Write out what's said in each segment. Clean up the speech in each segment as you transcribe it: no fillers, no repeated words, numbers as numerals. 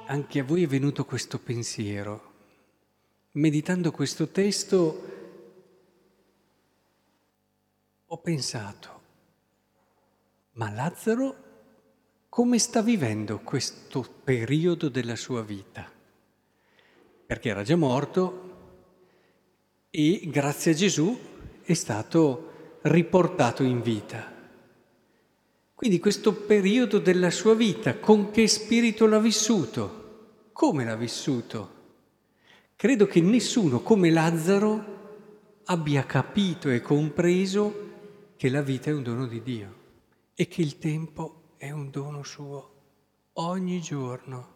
anche a voi è venuto questo pensiero. Meditando questo testo ho pensato, ma Lazzaro come sta vivendo questo periodo della sua vita? Perché era già morto e grazie a Gesù è stato riportato in vita. Quindi questo periodo della sua vita, con che spirito l'ha vissuto? Come l'ha vissuto? Credo che nessuno come Lazzaro abbia capito e compreso che la vita è un dono di Dio e che il tempo è un dono suo ogni giorno.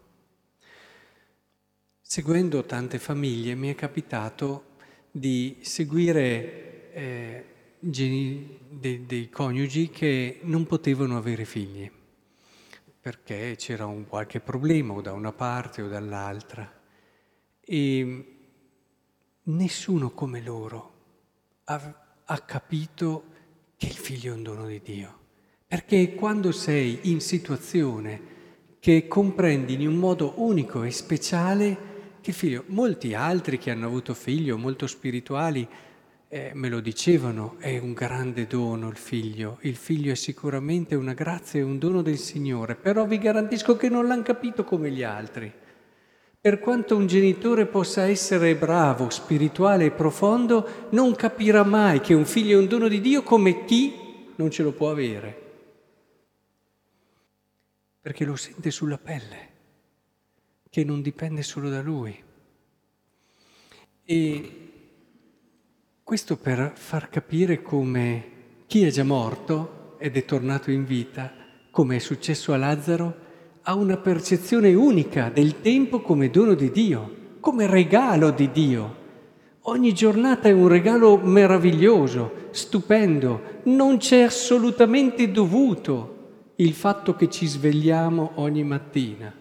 Seguendo tante famiglie mi è capitato di seguire dei coniugi che non potevano avere figli perché c'era un qualche problema o da una parte o dall'altra e nessuno come loro ha capito che il figlio è un dono di Dio, perché quando sei in situazione che comprendi in un modo unico e speciale che il figlio, molti altri che hanno avuto figli o molto spirituali me lo dicevano, è un grande dono il figlio è sicuramente una grazia e un dono del Signore, però vi garantisco che non l'hanno capito come gli altri. Per quanto un genitore possa essere bravo, spirituale e profondo, non capirà mai che un figlio è un dono di Dio come chi non ce lo può avere, perché lo sente sulla pelle, che non dipende solo da lui. E questo per far capire come chi è già morto ed è tornato in vita, come è successo a Lazzaro, ha una percezione unica del tempo come dono di Dio, come regalo di Dio. Ogni giornata è un regalo meraviglioso, stupendo, non c'è assolutamente dovuto il fatto che ci svegliamo ogni mattina,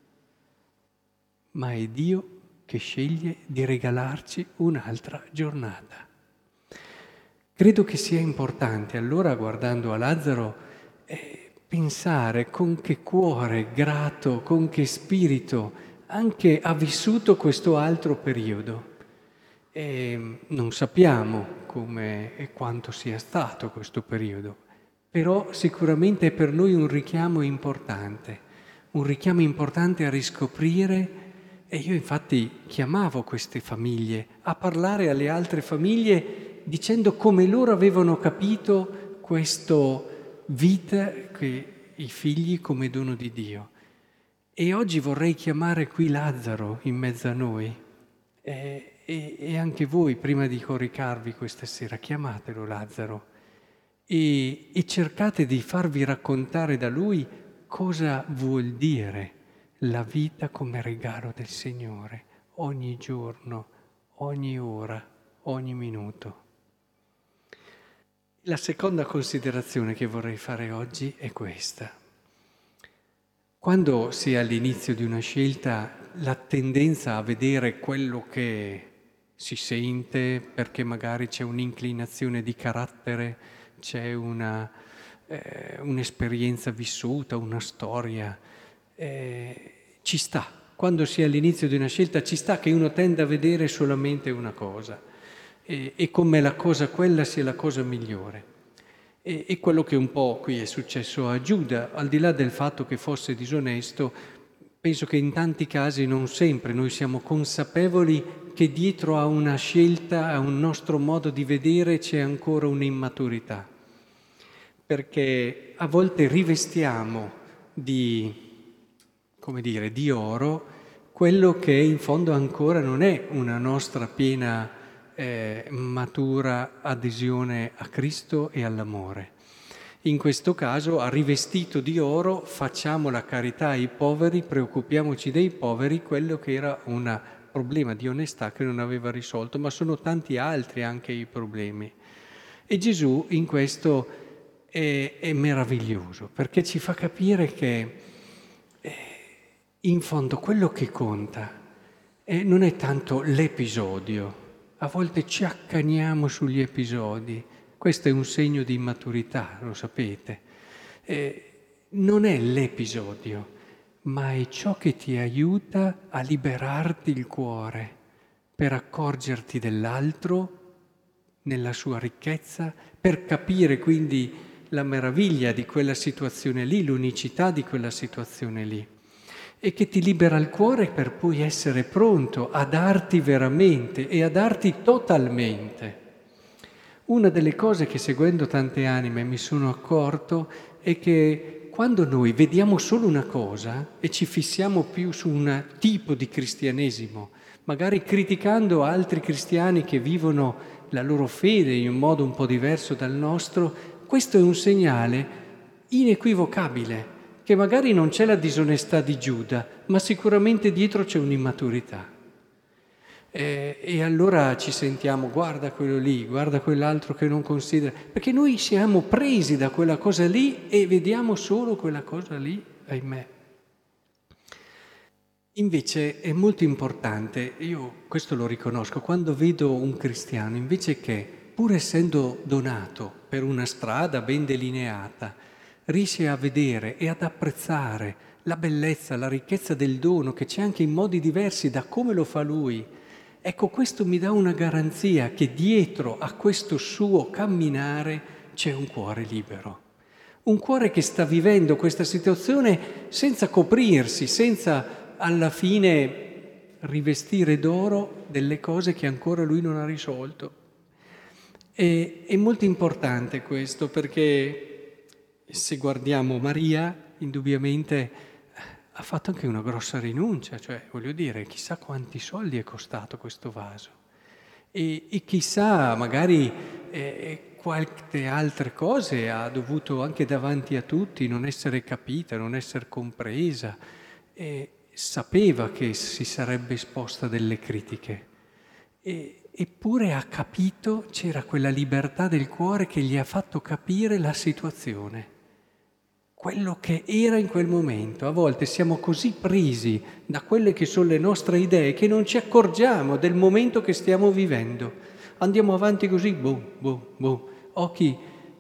ma è Dio che sceglie di regalarci un'altra giornata. Credo che sia importante allora, guardando a Lazzaro, pensare con che cuore grato, con che spirito anche ha vissuto questo altro periodo. E non sappiamo come e quanto sia stato questo periodo, però sicuramente è per noi un richiamo importante a riscoprire. E io infatti chiamavo queste famiglie a parlare alle altre famiglie dicendo come loro avevano capito questo vita, che i figli come dono di Dio. E oggi vorrei chiamare qui Lazzaro in mezzo a noi e anche voi, prima di coricarvi questa sera, chiamatelo Lazzaro e cercate di farvi raccontare da lui cosa vuol dire la vita come regalo del Signore, ogni giorno, ogni ora, ogni minuto. La seconda considerazione che vorrei fare oggi è questa. Quando si è all'inizio di una scelta, la tendenza a vedere quello che si sente, perché magari c'è un'inclinazione di carattere, c'è un'esperienza vissuta, una storia, ci sta. Quando si è all'inizio di una scelta ci sta che uno tenda a vedere solamente una cosa e come la cosa quella sia la cosa migliore. E quello che un po' qui è successo a Giuda, al di là del fatto che fosse disonesto, penso che in tanti casi non sempre noi siamo consapevoli che dietro a una scelta, a un nostro modo di vedere c'è ancora un'immaturità, perché a volte rivestiamo di oro quello che in fondo ancora non è una nostra piena matura adesione a Cristo e all'amore. In questo caso, a rivestito di oro, facciamo la carità ai poveri, preoccupiamoci dei poveri, quello che era un problema di onestà che non aveva risolto, ma sono tanti altri anche i problemi. E Gesù in questo è meraviglioso, perché ci fa capire che in fondo quello che conta non è tanto l'episodio. A volte ci accaniamo sugli episodi, questo è un segno di immaturità, lo sapete. Non è l'episodio, ma è ciò che ti aiuta a liberarti il cuore per accorgerti dell'altro nella sua ricchezza, per capire quindi la meraviglia di quella situazione lì, l'unicità di quella situazione lì, e che ti libera il cuore per poi essere pronto a darti veramente e a darti totalmente. Una delle cose che seguendo tante anime mi sono accorto è che quando noi vediamo solo una cosa e ci fissiamo più su un tipo di cristianesimo, magari criticando altri cristiani che vivono la loro fede in un modo un po' diverso dal nostro, questo è un segnale inequivocabile che magari non c'è la disonestà di Giuda, ma sicuramente dietro c'è un'immaturità. E allora ci sentiamo, guarda quello lì, guarda quell'altro che non considera, perché noi siamo presi da quella cosa lì e vediamo solo quella cosa lì, ahimè. Invece è molto importante, io questo lo riconosco, quando vedo un cristiano, invece che, pur essendo donato per una strada ben delineata, riesce a vedere e ad apprezzare la bellezza, la ricchezza del dono che c'è anche in modi diversi da come lo fa lui. Ecco, questo mi dà una garanzia che dietro a questo suo camminare c'è un cuore libero. Un cuore che sta vivendo questa situazione senza coprirsi, senza alla fine rivestire d'oro delle cose che ancora lui non ha risolto. È molto importante questo perché se guardiamo Maria, indubbiamente ha fatto anche una grossa rinuncia, cioè voglio dire, chissà quanti soldi è costato questo vaso e chissà magari quante altre cose ha dovuto anche davanti a tutti non essere capita, non essere compresa, sapeva che si sarebbe esposta a delle critiche, eppure ha capito, c'era quella libertà del cuore che gli ha fatto capire la situazione. Quello che era in quel momento. A volte siamo così presi da quelle che sono le nostre idee che non ci accorgiamo del momento che stiamo vivendo. Andiamo avanti così, occhi.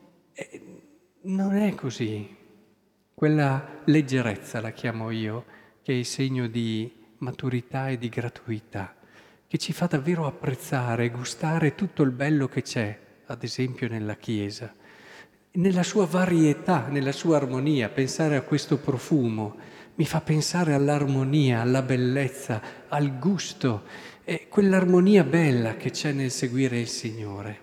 Non è così. Quella leggerezza, la chiamo io, che è segno di maturità e di gratuità, che ci fa davvero apprezzare e gustare tutto il bello che c'è, ad esempio nella Chiesa. Nella sua varietà, nella sua armonia, pensare a questo profumo mi fa pensare all'armonia, alla bellezza, al gusto, quell'armonia bella che c'è nel seguire il Signore.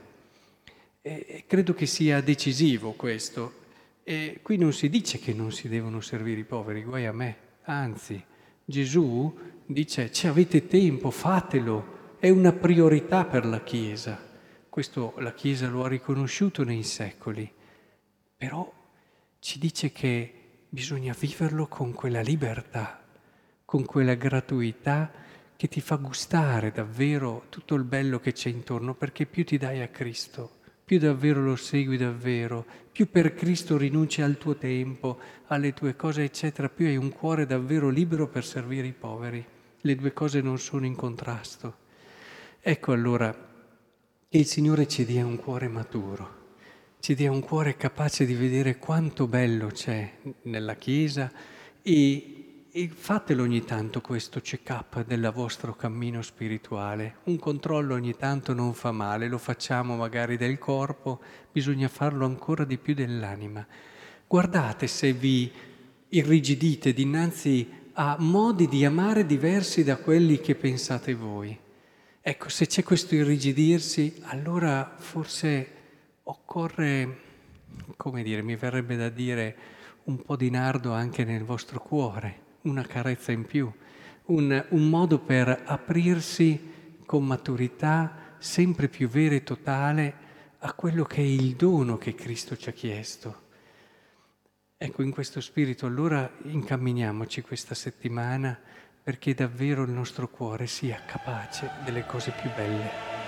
Credo che sia decisivo questo. Qui non si dice che non si devono servire i poveri, guai a me, anzi, Gesù dice: "Ci avete tempo, fatelo, è una priorità per la Chiesa". Questo la Chiesa lo ha riconosciuto nei secoli. Però ci dice che bisogna viverlo con quella libertà, con quella gratuità che ti fa gustare davvero tutto il bello che c'è intorno, perché più ti dai a Cristo, più davvero lo segui davvero, più per Cristo rinunci al tuo tempo, alle tue cose, eccetera, più hai un cuore davvero libero per servire i poveri. Le due cose non sono in contrasto. Ecco allora che il Signore ci dia un cuore maturo. Ci dia un cuore capace di vedere quanto bello c'è nella Chiesa e fatelo ogni tanto questo check-up del vostro cammino spirituale. Un controllo ogni tanto non fa male, lo facciamo magari del corpo, bisogna farlo ancora di più dell'anima. Guardate se vi irrigidite dinanzi a modi di amare diversi da quelli che pensate voi. Ecco, se c'è questo irrigidirsi, allora forse occorre, come dire, mi verrebbe da dire, un po' di nardo anche nel vostro cuore, una carezza in più, un modo per aprirsi con maturità sempre più vera e totale a quello che è il dono che Cristo ci ha chiesto. Ecco, in questo spirito allora incamminiamoci questa settimana perché davvero il nostro cuore sia capace delle cose più belle.